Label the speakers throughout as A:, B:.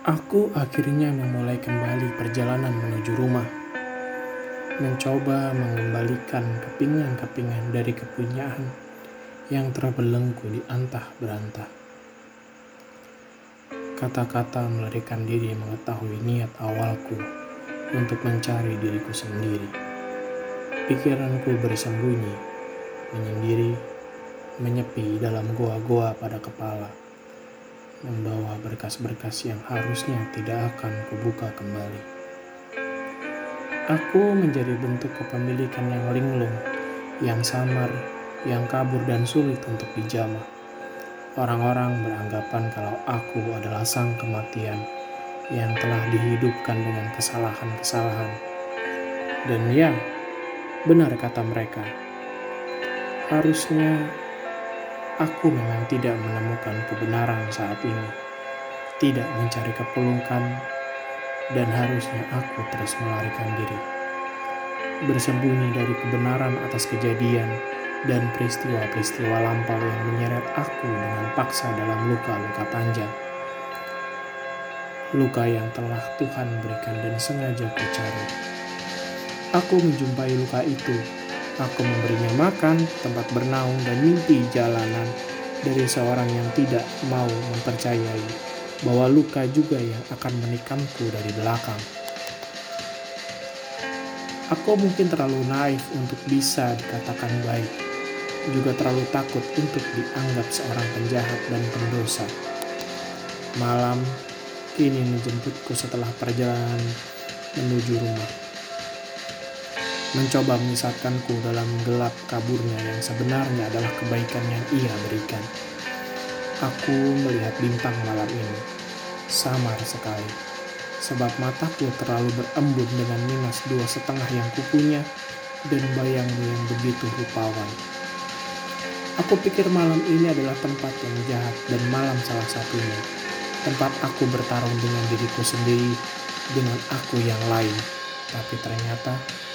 A: Aku akhirnya memulai kembali perjalanan menuju rumah, mencoba mengembalikan kepingan-kepingan dari kepunyaan yang terbelenggu di antah berantah. Kata-kata melarikan diri mengetahui niat awalku untuk mencari diriku sendiri. Pikiranku bersembunyi, menyendiri, menyepi dalam goa-goa pada kepala, membawa berkas-berkas yang harusnya tidak akan kubuka kembali. Aku menjadi bentuk kepemilikan yang linglung, yang samar, yang kabur dan sulit untuk dijamah. Orang-orang beranggapan kalau aku adalah sang kematian yang telah dihidupkan dengan kesalahan-kesalahan. Dan ya, benar kata mereka, harusnya aku memang tidak menemukan kebenaran saat ini, tidak mencari kepelukan, dan harusnya aku terus melarikan diri, bersembunyi dari kebenaran atas kejadian dan peristiwa-peristiwa lampau yang menyeret aku dengan paksa dalam luka-luka panjang. Luka yang telah Tuhan berikan dan sengaja kucari. Aku menjumpai luka itu. Aku memberinya makan, tempat bernaung, dan mimpi jalanan dari seorang yang tidak mau mempercayai bahwa luka juga yang akan menikamku dari belakang. Aku mungkin terlalu naif untuk bisa dikatakan baik, juga terlalu takut untuk dianggap seorang penjahat dan pendosa. Malam kini menjemputku setelah perjalanan menuju rumah, mencoba menyesatkanku dalam gelap kaburnya yang sebenarnya adalah kebaikan yang ia berikan. Aku melihat bintang malam ini, samar sekali, sebab mataku terlalu berembun dengan minus 2,5 yang kupunya dan bayangmu yang begitu rupawan. Aku pikir malam ini adalah tempat yang jahat dan malam salah satunya, tempat aku bertarung dengan diriku sendiri, dengan aku yang lain. Tapi ternyata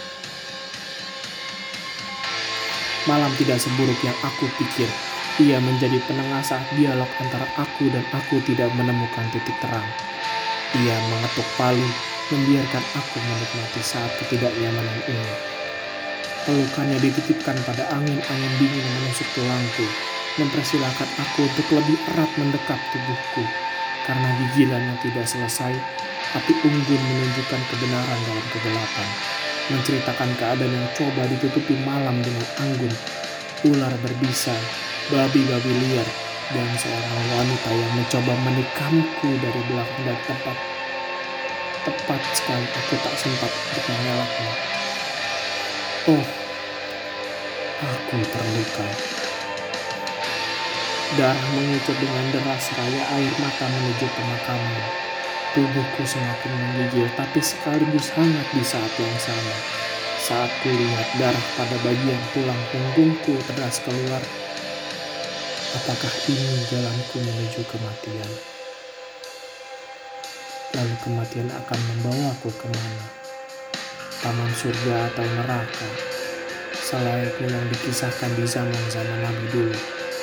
A: malam tidak seburuk yang aku pikir. Ia menjadi penengah saat dialog antara aku dan aku tidak menemukan titik terang. Ia mengetuk palu, membiarkan aku menikmati saat ketidaknyamanan ini. Pelukannya dititipkan pada angin-angin dingin yang menusuk tulangku, mempersilahkan aku untuk lebih erat mendekap tubuhku. Karena gigilan yang tidak selesai, api unggun menunjukkan kebenaran dalam kegelapan, menceritakan keadaan yang coba ditutupi malam dengan anggun, ular berbisa, babi-babi liar, dan seorang wanita yang mencoba menikamku dari belakang dan tepat sekali aku tak sempat untuk mengelaknya. Oh, aku terluka. Darah mengucur dengan deras seraya air mata menuju pemakaman. Tubuhku semakin menggigil, tapi sekaligus hangat di saat yang sama. Saat kulihat darah pada bagian tulang punggungku terderas keluar, apakah ini jalanku menuju kematian? Lalu kematian akan membawaku kemana? Taman surga atau neraka, selayaknya yang dikisahkan di zaman-zaman Nabi dulu?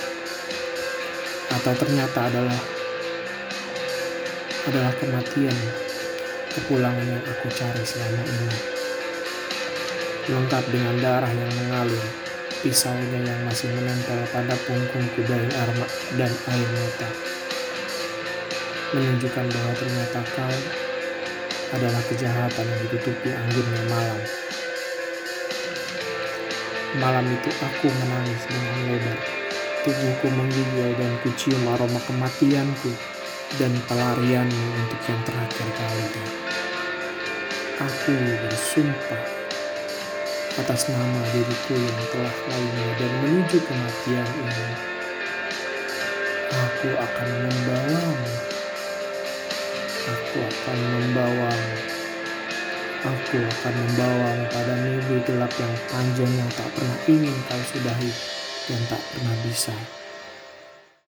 A: Atau ternyata adalah kematian, kepulangan yang aku cari selama ini, lengkap dengan darah yang mengalir, pisaunya yang masih menempel pada punggungku dari dan air mata, menunjukkan bahwa ternyata kau adalah kejahatan yang ditutupi anggunnya malam. Malam itu aku menangis dengan lebar, tubuhku menggigil dan kucium aroma kematianku dan pelarianmu untuk yang terakhir kalinya. Aku bersumpah atas nama diriku yang telah lainnya dan menuju kematian ini, aku akan membawamu. Aku akan membawamu pada mimpi gelap yang panjang yang tak pernah ingin kau sudahi dan tak pernah bisa